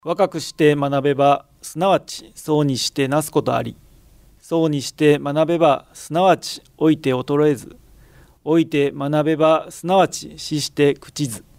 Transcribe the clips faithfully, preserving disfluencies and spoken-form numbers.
若くして学べばすなわちそうにしてなすことあり、そうにして学べばすなわち老いて衰えず、老いて学べばすなわち死して朽ちず。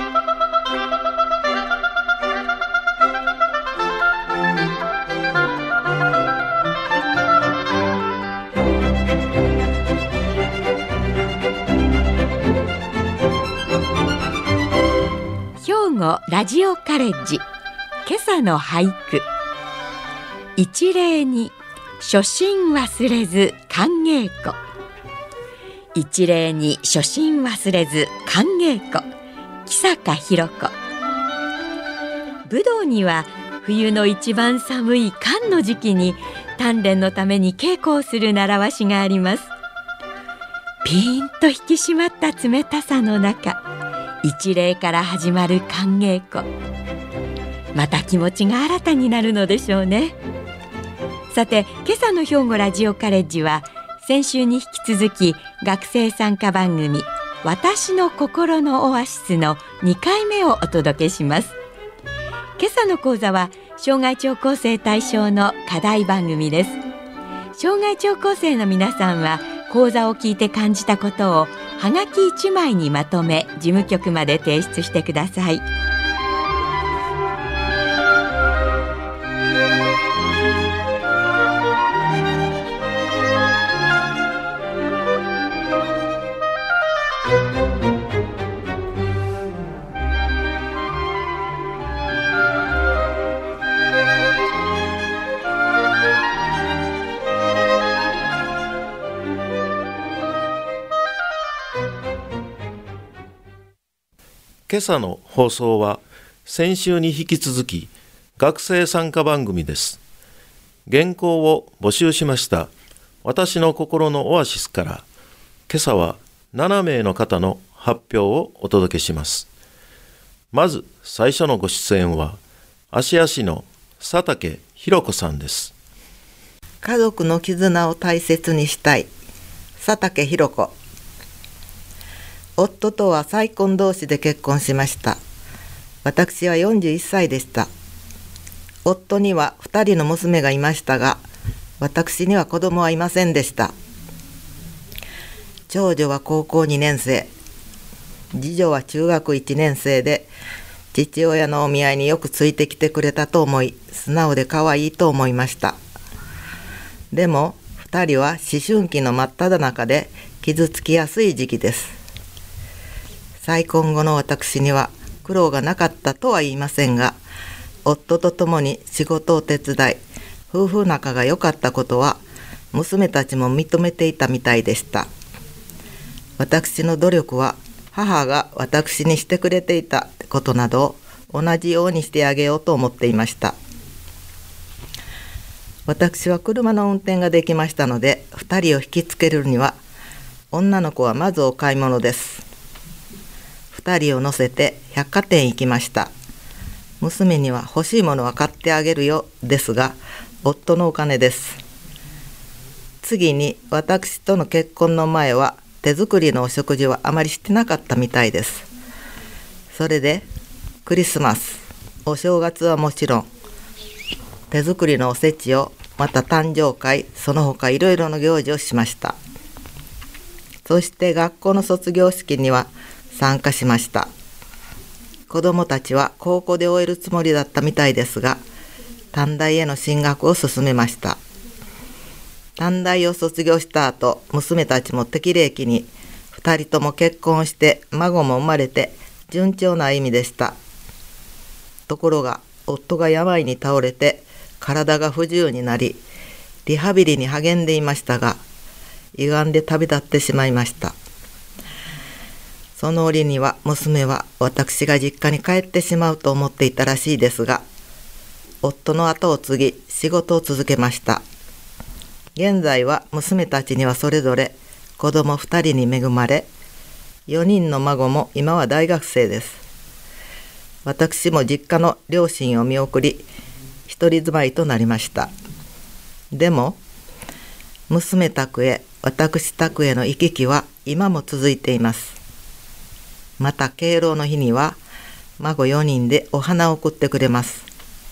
兵庫ラジオカレッジ今朝の俳句。一礼に初心忘れず寒稽古。一礼に初心忘れず寒稽古、木坂弘子。武道には冬の一番寒い寒の時期に鍛錬のために稽古をする習わしがあります。ピーンと引き締まった冷たさの中、一礼から始まる寒稽古、また気持ちが新たになるのでしょうね。さて、今朝の兵庫ラジオカレッジは先週に引き続き学生参加番組私の心のオアシスのにかいめをお届けします。今朝の講座は障害聴講生対象の課題番組です。障害聴講生の皆さんは講座を聞いて感じたことをはがきいちまいにまとめ事務局まで提出してください。 今朝の放送は先週に引き続き学生参加番組です。原稿を募集しました私の心のオアシスから、今朝はななめいの方の発表をお届けします。まず最初のご出演は芦屋市の佐竹弘子さんです。 家族の絆を大切にしたい佐竹弘子。夫とは再婚同士で結婚しました。私はよんじゅういっさいでした。夫にはふたりの娘がいましたが、私には子供はいませんでした。長女は高校にねんせい、次女は中学いちねんせいで、父親のお見合いによくついてきてくれたと思い、素直で可愛いと思いました。でもふたりは思春期の真っ只中で傷つきやすい時期です。再婚後の私には苦労がなかったとは言いませんが、夫と共に仕事を手伝い、夫婦仲が良かったことは娘たちも認めていたみたいでした。私の努力は母が私にしてくれていたことなどを同じようにしてあげようと思っていました。私は車の運転ができましたので、ふたりを引きつけるには女の子はまずお買い物です。ふたりを乗せて百貨店行きました。娘には欲しいものは買ってあげるよですが、夫のお金です。次に私との結婚の前は手作りのお食事はあまりしてなかったみたいです。それでクリスマス、お正月はもちろん手作りのおせちを、また誕生会、その他いろいろな行事をしました。そして学校の卒業式には参加しました。子どもたちは高校で終えるつもりだったみたいですが、短大への進学を進めました。短大を卒業した後、娘たちも適齢期にふたりとも結婚して孫も生まれて順調な歩みでした。ところが夫が病に倒れて体が不自由になり、リハビリに励んでいましたが、胃がんで旅立ってしまいました。その折には娘は私が実家に帰ってしまうと思っていたらしいですが、夫の後を継ぎ仕事を続けました。現在は娘たちにはそれぞれ子供ふたりに恵まれ、よにんの孫も今は大学生です。私も実家の両親を見送り、一人住まいとなりました。でも娘宅へ私宅への行き来は今も続いています。また敬老の日には孫よにんでお花を送ってくれます。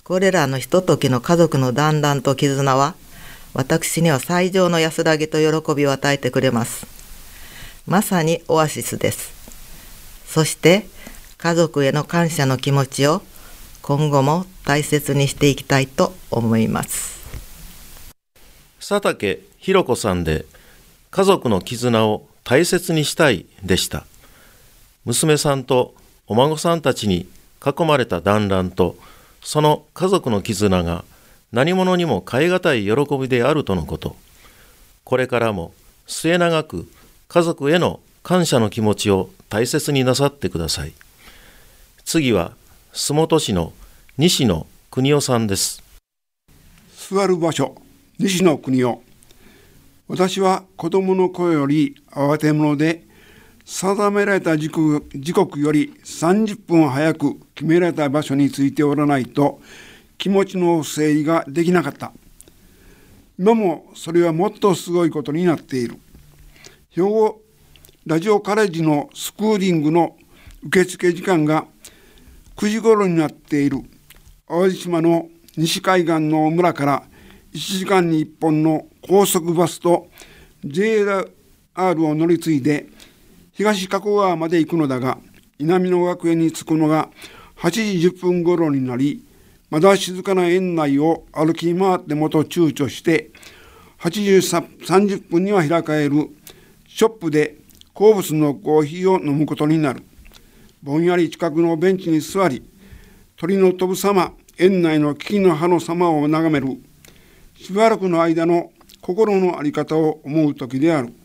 これらのひとときの家族の団らんと絆は、私には最上の安らぎと喜びを与えてくれます。まさにオアシスです。そして家族への感謝の気持ちを今後も大切にしていきたいと思います。 佐竹ひろ子さんで、家族の絆を大切にしたいでした。娘さんとお孫さんたちに囲まれた団らんと、その家族の絆が何者にも代え難い喜びであるとのこと。これからも末永く家族への感謝の気持ちを大切になさってください。次は洲本市の西野邦夫さんです。 座る場所、西野邦夫。私は子供の頃より慌て者で、定められた時刻、時刻よりさんじゅっぷん早く決められた場所についておらないと気持ちの整理ができなかった。今もそれはもっとすごいことになっている。兵庫ラジオカレッジのスクーリングの受付時間がくじ頃になっている淡路島の西海岸の村からいちじかんにいっぽんの高速バスと ジェイエーアール を乗り継いで東加古川まで行くのだが、稲美野学園に着くのがはちじじゅっぷん頃になり、まだ静かな園内を歩き回ってもと躊躇して、はちじさんじゅっぷんには開かれるショップで好物のコーヒーを飲むことになる。ぼんやり近くのベンチに座り、鳥の飛ぶ様、園内の木の葉の様を眺める。しばらくの間の心の在り方を思う時である。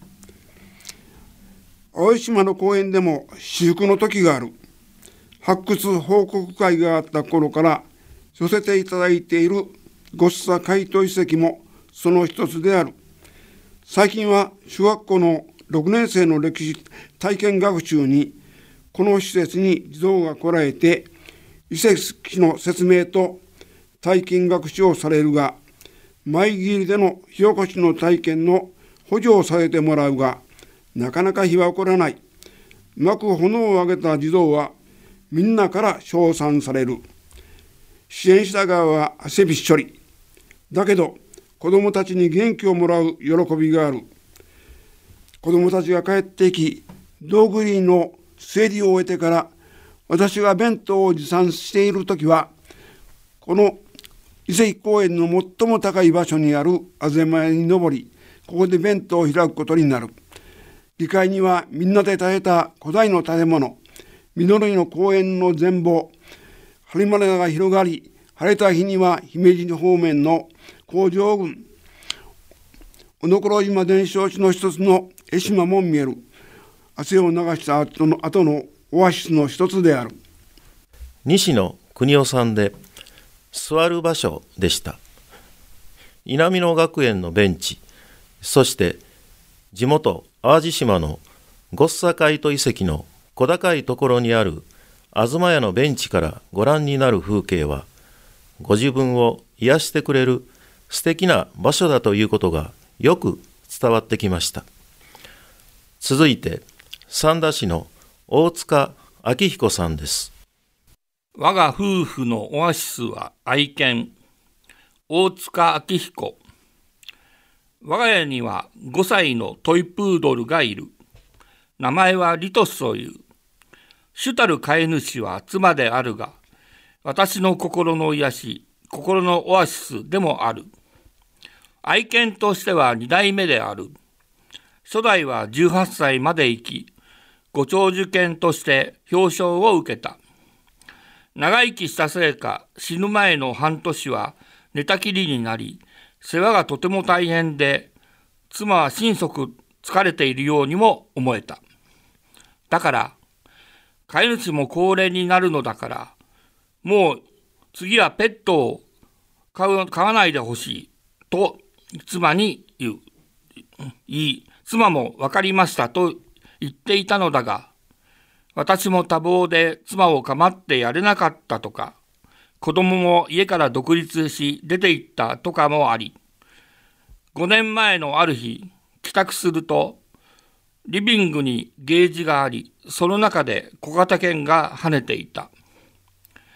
青島の公園でも至福の時がある。発掘報告会があった頃から寄せていただいているごっさ海斗遺跡もその一つである。最近は小学校のろくねん生の歴史体験学習にこの施設に児童が来られて遺跡の説明と体験学習をされるが、前切りでの火起こしの体験の補助をさせてもらうが、なかなか火は起こらない。うまく炎を上げた児童はみんなから称賛される。支援した側は汗びっしょり。だけど子どもたちに元気をもらう喜びがある。子どもたちが帰ってき、道具類の整理を終えてから私が弁当を持参しているときは、この遺跡公園の最も高い場所にあるあぜまに登り、ここで弁当を開くことになる。議会にはみんなで建てた古代の建物、緑の公園の全貌、播磨田が広がり、晴れた日には姫路方面の工場群、小野黒島伝承地の一つの江島も見える。汗を流した後の後のオアシスの一つである。 西野邦夫さんで、座る場所でした。稲美野学園のベンチ、そして地元淡路島のごっさ海斗遺跡の小高いところにある東屋のベンチからご覧になる風景は、ご自分を癒してくれる素敵な場所だということがよく伝わってきました。続いて三田市の大塚明彦さんです。 我が夫婦のオアシスは愛犬、大塚明彦。我が家にはごさいのトイプードルがいる。名前はリトスという。主たる飼い主は妻であるが、私の心の癒し、心のオアシスでもある。愛犬としてはに代目である。初代はじゅうはっさいまで生き、ご長寿犬として表彰を受けた。長生きしたせいか、死ぬ前の半年は寝たきりになり、世話がとても大変で、妻は心底疲れているようにも思えた。だから、飼い主も高齢になるのだから、もう次はペットを飼う、飼わないでほしいと妻に言う。いい、妻も分かりましたと言っていたのだが、私も多忙で妻を構ってやれなかったとか、子供も家から独立し出て行ったとかもあり、ごねんまえのある日、帰宅すると、リビングにゲージがあり、その中で小型犬が跳ねていた。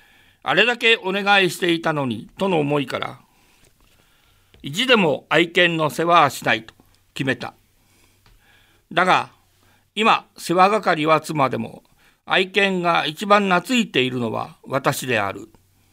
あれだけお願いしていたのにとの思いから、意地でも愛犬の世話はしないと決めた。だが今世話係は妻でも、愛犬が一番懐いているのは私である。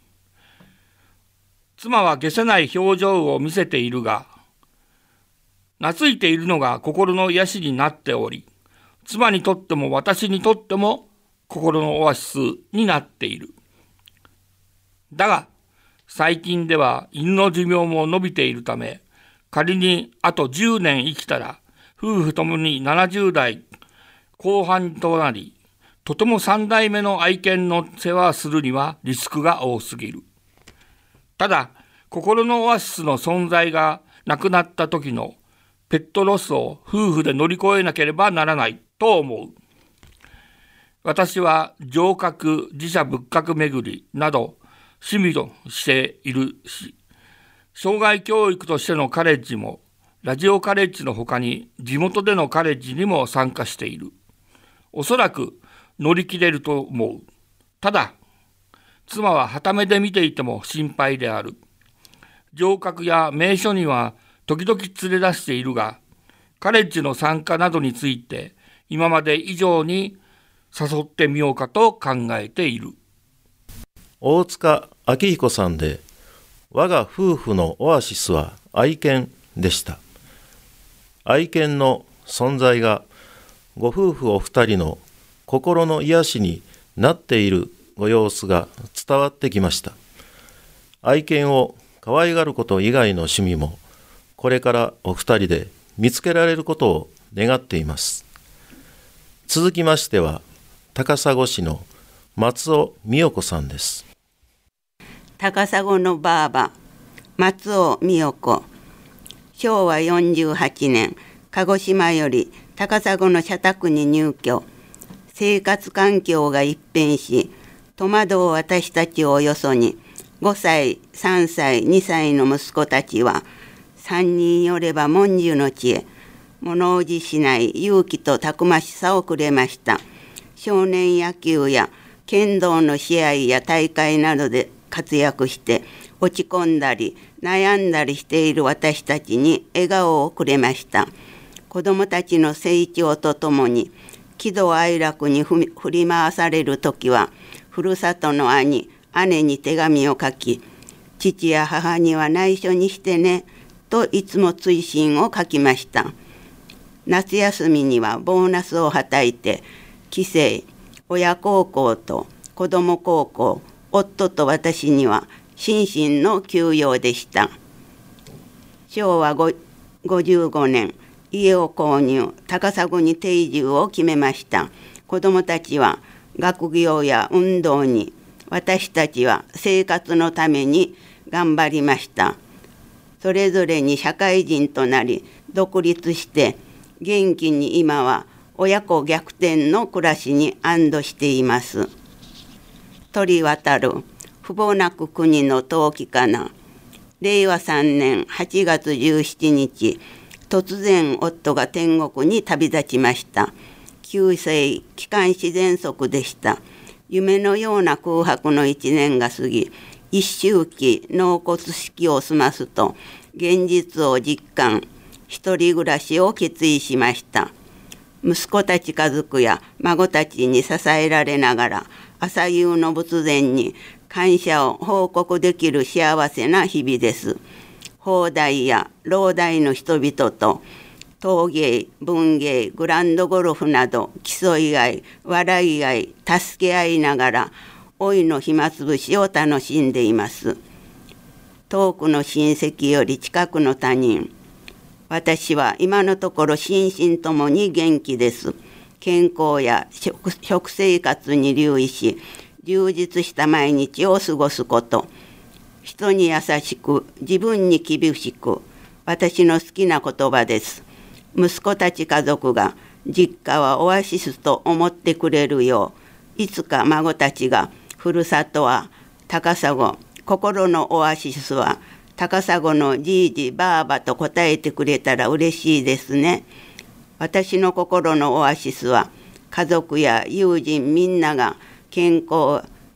妻は解せない表情を見せているが、懐いているのが心の癒しになっており、妻にとっても私にとっても心のオアシスになっている。だが最近では犬の寿命も伸びているため、仮にあとじゅうねん生きたら夫婦ともにななじゅうだいこう半となり、とてもさんだいめの愛犬の世話をするにはリスクが多すぎる。ただ心のオアシスの存在がなくなった時のペットロスを夫婦で乗り越えなければならないと思う。私は城郭、寺社仏閣巡りなど趣味としているし、障害教育としてのカレッジもラジオカレッジのほかに地元でのカレッジにも参加している。おそらく乗り切れると思う。ただ妻ははた目で見ていても心配である。城郭や名所には時々連れ出しているが、カレッジの参加などについて今まで以上に誘ってみようかと考えている。 大塚明彦さんで、我が夫婦のオアシスは愛犬でした。愛犬の存在がご夫婦お二人の心の癒しになっているご様子が伝わってきました。愛犬を可愛がること以外の趣味もこれからお二人で見つけられることを願っています。続きましては高砂市の松尾美代子さんです。 高砂のばあば松尾美代子、しょうわよんじゅうはちねん鹿児島より高砂の社宅に入居。生活環境が一変し、戸惑う私たちをよそにごさい、さんさい、にさいの息子たちはさんにんよれば文殊の知恵、物おじしない勇気とたくましさをくれました。少年野球や剣道の試合や大会などで活躍して落ち込んだり悩んだりしている私たちに笑顔をくれました。子どもたちの成長とともに喜怒哀楽に振り回されるときは、ふるさとの兄、姉に手紙を書き、父や母には内緒にしてねといつも追伸を書きました。夏休みにはボーナスをはたいて、帰省、親孝行と子ども孝行、夫と私には心身の休養でした。しょうわごじゅうごねん、家を購入、高砂に定住を決めました。子どもたちは学業や運動に、私たちは生活のために頑張りました。それぞれに社会人となり、独立して元気に今は親子逆転の暮らしに安堵しています。鳥渡る父母なく国の陶器かな。れいわさんねんはちがつじゅうしちにち、突然夫が天国に旅立ちました。急性気管支喘息でした。夢のような空白の一年が過ぎ、一周期納骨式を済ますと現実を実感、一人暮らしを決意しました。息子たち家族や孫たちに支えられながら、朝夕の仏前に感謝を報告できる幸せな日々です。法大や老大の人々と陶芸、文芸、グランドゴルフなど競い合い、笑い合い、助け合いながら老いの暇つぶしを楽しんでいます。遠くの親戚より近くの他人、私は今のところ心身ともに元気です。健康や 食, 食生活に留意し、充実した毎日を過ごすこと、人に優しく自分に厳しく、私の好きな言葉です。息子たち家族が実家はオアシスと思ってくれるよう、いつか孫たちがふるさとは高砂、心のオアシスは高砂のじいじばあばと答えてくれたら嬉しいですね。私の心のオアシスは家族や友人みんなが健康や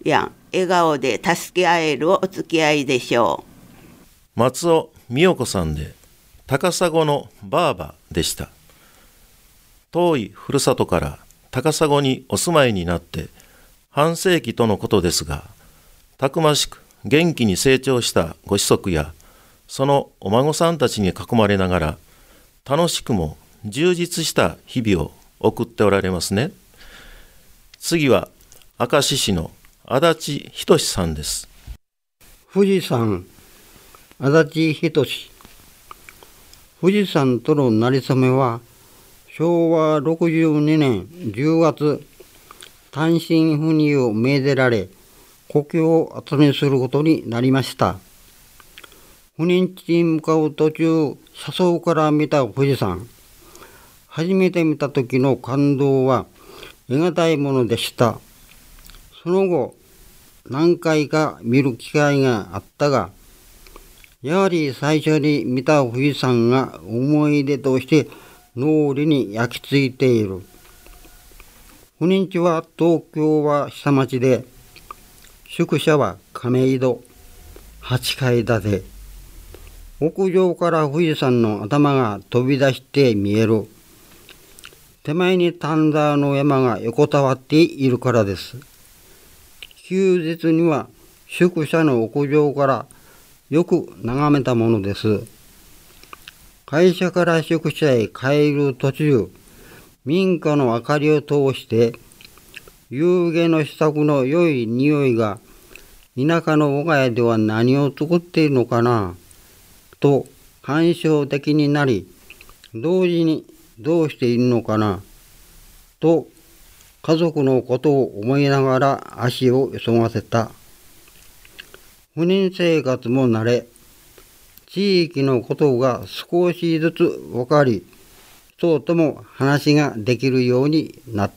笑顔で助け合えるお付き合いでしょう。松尾美代子さんで高砂のばあばでした。遠いふるさとから高砂にお住まいになって半世紀とのことですが、たくましく元気に成長したご子息やそのお孫さんたちに囲まれながら楽しくも充実した日々を送っておられますね。次は明石市の足立仁さんです。 富士山、足立仁。富士山とのなりそめはしょうわろくじゅうにねんじゅうがつ、単身赴任を命ぜられ故郷を後にすることになりました。赴任地に向かう途中、車窓から見た富士山、初めて見た時の感動は得難いものでした。その後何回か見る機会があったが、やはり最初に見た富士山が思い出として脳裏に焼き付いている。赴任地は東京は下町で、宿舎は亀戸、はちかい建て。屋上から富士山の頭が飛び出して見える。手前に丹沢の山が横たわっているからです。休日には宿舎の屋上からよく眺めたものです。会社から宿舎へ帰る途中、民家の明かりを通して夕げの支度の良い匂いが田舎の我が家では何を作っているのかなと感傷的になり、同時にどうしているのかなと家族のことを思いながら足を急がせた。赴任生活も慣れ、地域のことが少しずつ分かり、人とも話ができるようになった。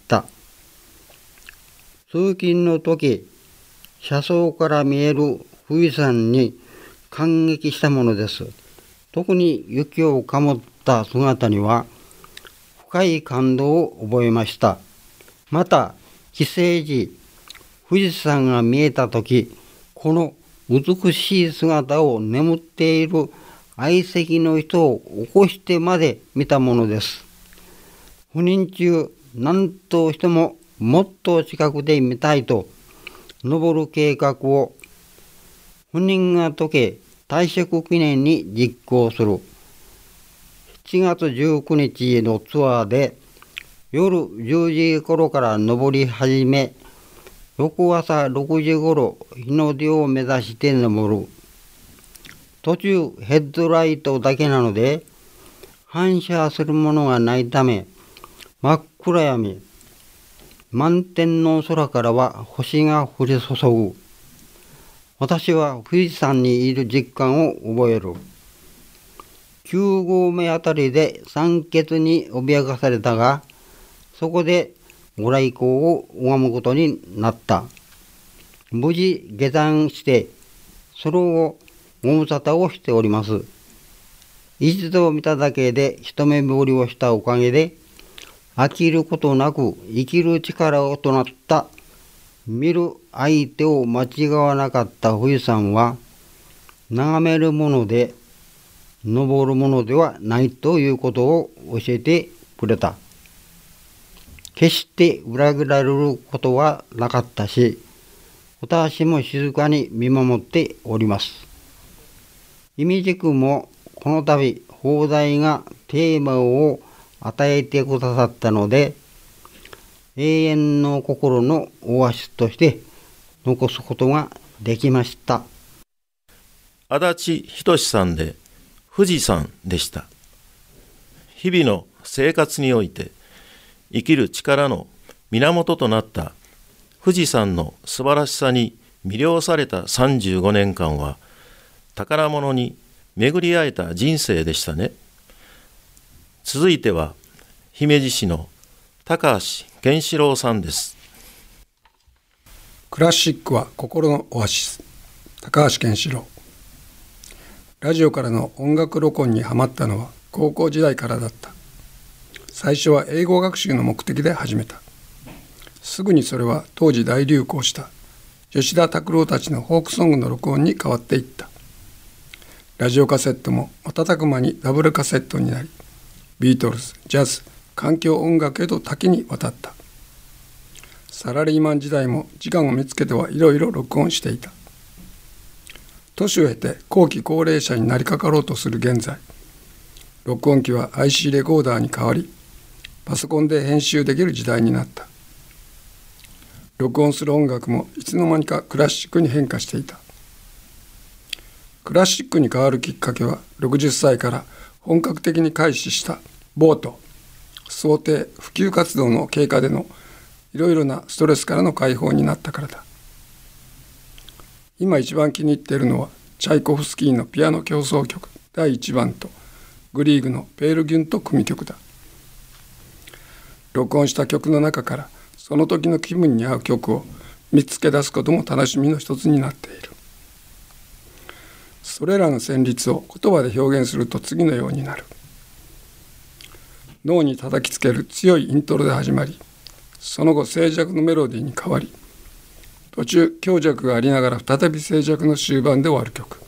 通勤の時、車窓から見える富士山に感激したものです。特に雪をかもった姿には深い感動を覚えました。また帰省時、富士山が見えた時、この美しい姿を眠っている愛席の人を起こしてまで見たものです。赴任中、何としてももっと近くで見たいと登る計画を赴任が解け退職記念に実行する。しちがつじゅうくにちのツアーで夜じゅうじ頃から登り始め、翌朝ろくじ頃日の出を目指して登る。途中ヘッドライトだけなので反射するものがないため真っ暗闇。満天の空からは星が降り注ぐ。私は富士山にいる実感を覚える。きゅうごうめあたりで酸欠に脅かされたが、そこでご来光を拝むことになった。無事下山して、その後ご無沙汰をしております。一度見ただけで一目惚れをしたおかげで、飽きることなく生きる力となった。見る相手を間違わなかった富士山は、眺めるもので登るものではないということを教えてくれた。決して裏切られることはなかったし、私も静かに見守っております。いみじくもこの度法大がテーマを与えてくださったので、永遠の心のオアシスとして残すことができました。 足立仁さんで富士山でした。日々の生活において生きる力の源となった富士山の素晴らしさに魅了されたさんじゅうごねんかんは宝物に巡り会えた人生でしたね。続いては姫路市の高橋健志郎さんです。 クラシックは心のオアシス、高橋健志郎。ラジオからの音楽録音にハマったのは高校時代からだった。最初は英語学習の目的で始めた。すぐにそれは当時大流行した吉田拓郎たちのフォークソングの録音に変わっていった。ラジオカセットも瞬く間にダブルカセットになり、ビートルズ、ジャズ、環境音楽へと多岐にわたった。サラリーマン時代も時間を見つけてはいろいろ録音していた。年を経て後期高齢者になりかかろうとする現在、録音機は アイシー レコーダーに変わり、パソコンで編集できる時代になった。録音する音楽もいつの間にかクラシックに変化していた。クラシックに変わるきっかけはろくじゅっさいから本格的に開始したボート、想定、普及活動の経過でのいろいろなストレスからの解放になったからだ。今一番気に入っているのはチャイコフスキーのピアノ協奏曲だいいちばんとグリーグのペールギュント組曲だ。録音した曲の中からその時の気分に合う曲を見つけ出すことも楽しみの一つになっている。それらの旋律を言葉で表現すると次のようになる。脳に叩きつける強いイントロで始まり、その後静寂のメロディーに変わり、途中強弱がありながら再び静寂の終盤で終わる曲。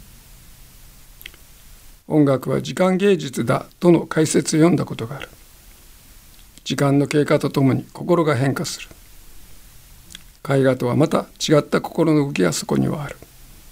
音楽は時間芸術だとの解説を読んだことがある。時間の経過とともに心が変化する。絵画とはまた違った心の動きがそこにはある。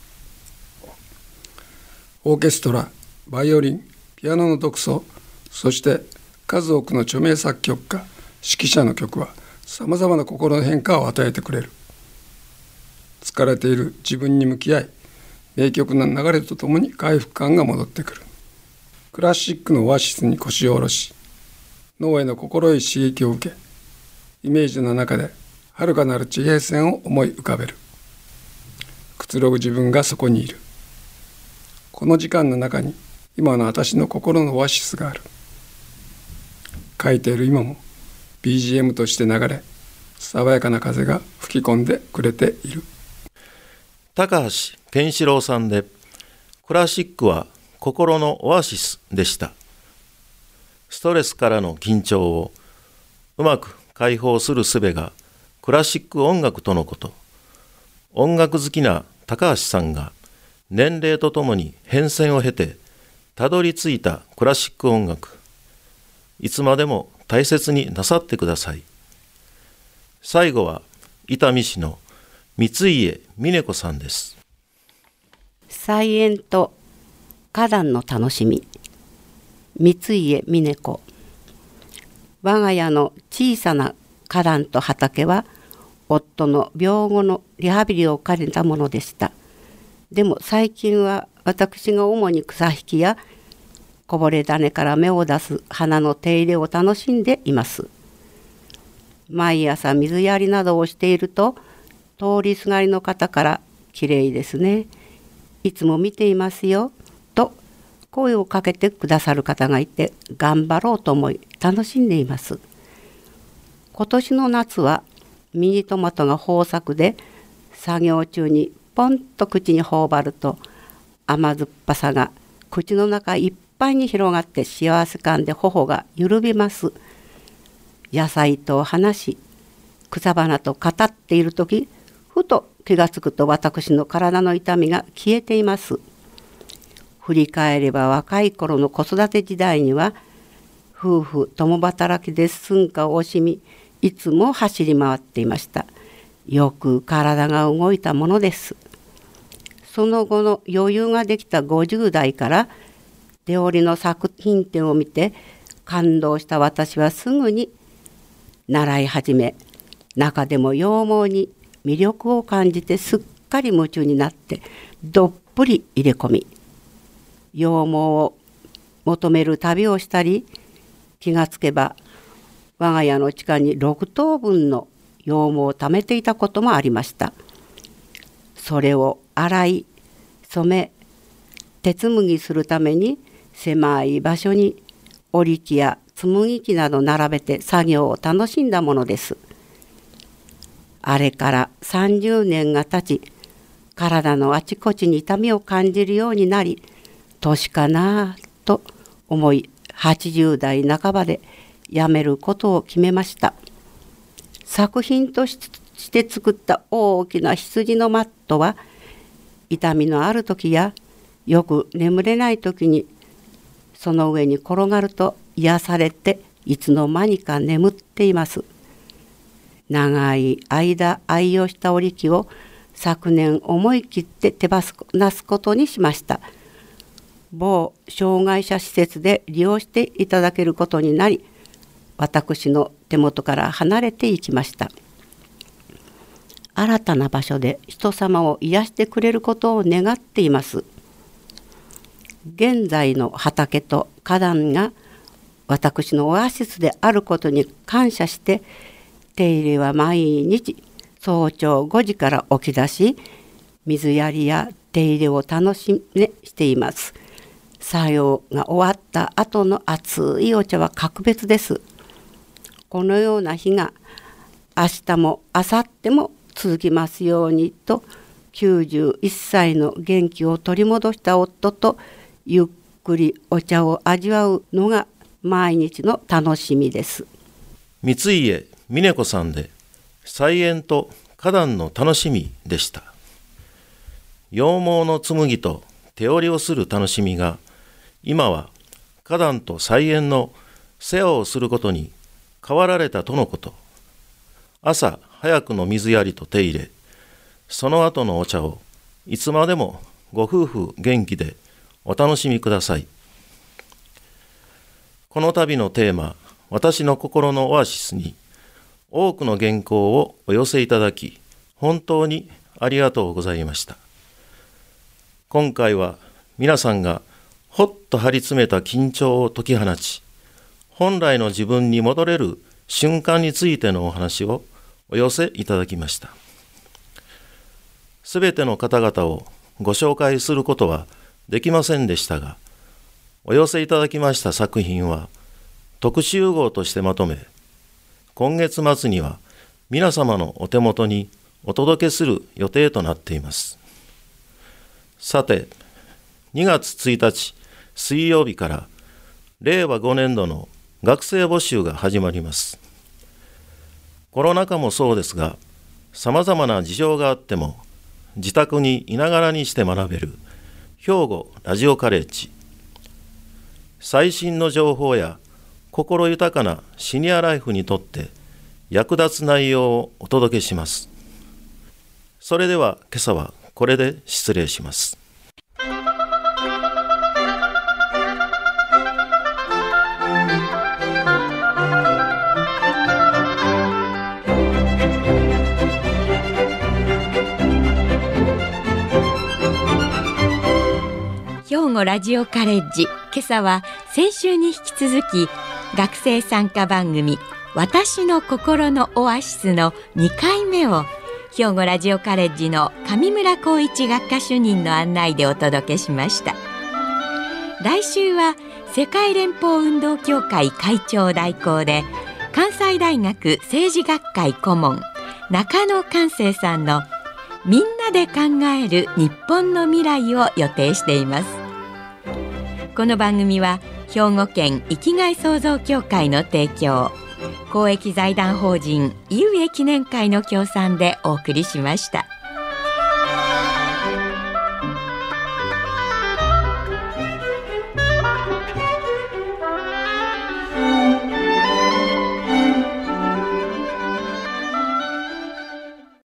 オーケストラ、バイオリン、ピアノの独奏、そして数多くの著名作曲家、指揮者の曲はさまざまな心の変化を与えてくれる。疲れている自分に向き合い、名曲の流れとともに回復感が戻ってくる。クラシックのオアシスに腰を下ろし、脳への心よい刺激を受け、イメージの中で遥かなる地平線を思い浮かべる。くつろぐ自分がそこにいる。この時間の中に今の私の心のオアシスがある。書いている今も ビージーエム として流れ、爽やかな風が吹き込んでくれている。 高橋健志郎さんで、クラシックは心のオアシスでした。ストレスからの緊張をうまく解放する術がクラシック音楽とのこと。音楽好きな高橋さんが年齢とともに変遷を経てたどり着いたクラシック音楽。いつまでも大切になさってください。最後は伊丹市の三家峰子さんです。 菜園と花壇の楽しみ。三家峰子。我が家の小さな花壇と畑は夫の病後のリハビリを兼ねたものでした。でも最近は私が主に草引きやこぼれ種から芽を出す花の手入れを楽しんでいます。毎朝水やりなどをしていると、通りすがりの方からきれいですね、いつも見ていますよと声をかけてくださる方がいて、頑張ろうと思い楽しんでいます。今年の夏はミニトマトが豊作で、作業中にポンと口に頬張ると甘酸っぱさが口の中いっぱいに広がって幸せ感で頬が緩みます。野菜と話し、草花と語っているとき、ふと気がつくと私の体の痛みが消えています。振り返れば若い頃の子育て時代には夫婦共働きで寸暇を惜しみ、いつも走り回っていました。よく体が動いたものです。その後の余裕ができたごじゅう代から手織りの作品展を見て感動した私はすぐに習い始め、中でも羊毛に魅力を感じてすっかり夢中になってどっぷり入れ込み、羊毛を求める旅をしたり、気がつけば我が家の地下にろくとうぶんの羊毛を貯めていたこともありました。それを洗い染め手紡ぎするために狭い場所に織り機や紡ぎ機など並べて作業を楽しんだものです。あれからさんじゅうねんが経ち、体のあちこちに痛みを感じるようになり、年かなと思いはちじゅう代半ばでやめることを決めました。作品としして作った大きな羊のマットは、痛みのある時やよく眠れない時にその上に転がると癒されて、いつの間にか眠っています。長い間愛用した織り機を昨年思い切って手放すことにしました。某障害者施設で利用していただけることになり、私の手元から離れていきました。新たな場所で人様を癒してくれることを願っています。現在の畑と花壇が私のオアシスであることに感謝して、手入れは毎日早朝ごじから起き出し、水やりや手入れを楽しみにしています。作業が終わった後の熱いお茶は格別です。このような日が明日も明後日も続きますようにと、きゅうじゅういっさいの元気を取り戻した夫とゆっくりお茶を味わうのが毎日の楽しみです。 三家峰子さんで菜園と花壇の楽しみでした。羊毛の紡ぎと手織りをする楽しみが、今は花壇と菜園の世話をすることに変わられたとのこと。朝早くの水やりと手入れ、その後のお茶をいつまでもご夫婦元気でお楽しみください。この度のテーマ、私の心のオアシスに多くの原稿をお寄せいただき、本当にありがとうございました。今回は皆さんがほっと張り詰めた緊張を解き放ち、本来の自分に戻れる瞬間についてのお話をお寄せいただきました。すべての方々をご紹介することはできませんでしたが、お寄せいただきました作品は特集号としてまとめ、今月末には皆様のお手元にお届けする予定となっています。さて、にがつついたち水曜日かられいわごねんどの学生募集が始まります。コロナ禍もそうですが、さまざまな事情があっても自宅にいながらにして学べる兵庫ラジオカレッジ。最新の情報や心豊かなシニアライフにとって役立つ内容をお届けします。それでは今朝はこれで失礼します。 兵庫ラジオカレッジ、今朝は先週に引き続き学生参加番組私の心のオアシスのにかいめを兵庫ラジオカレッジの上村光一学科主任の案内でお届けしました。来週は世界連邦運動協会会長代行で関西大学政治学会顧問中野寛生さんのみんなで考える日本の未来を予定しています。この番組は兵庫県生きがい創造協会の提供、公益財団法人井上記念会の協賛でお送りしました。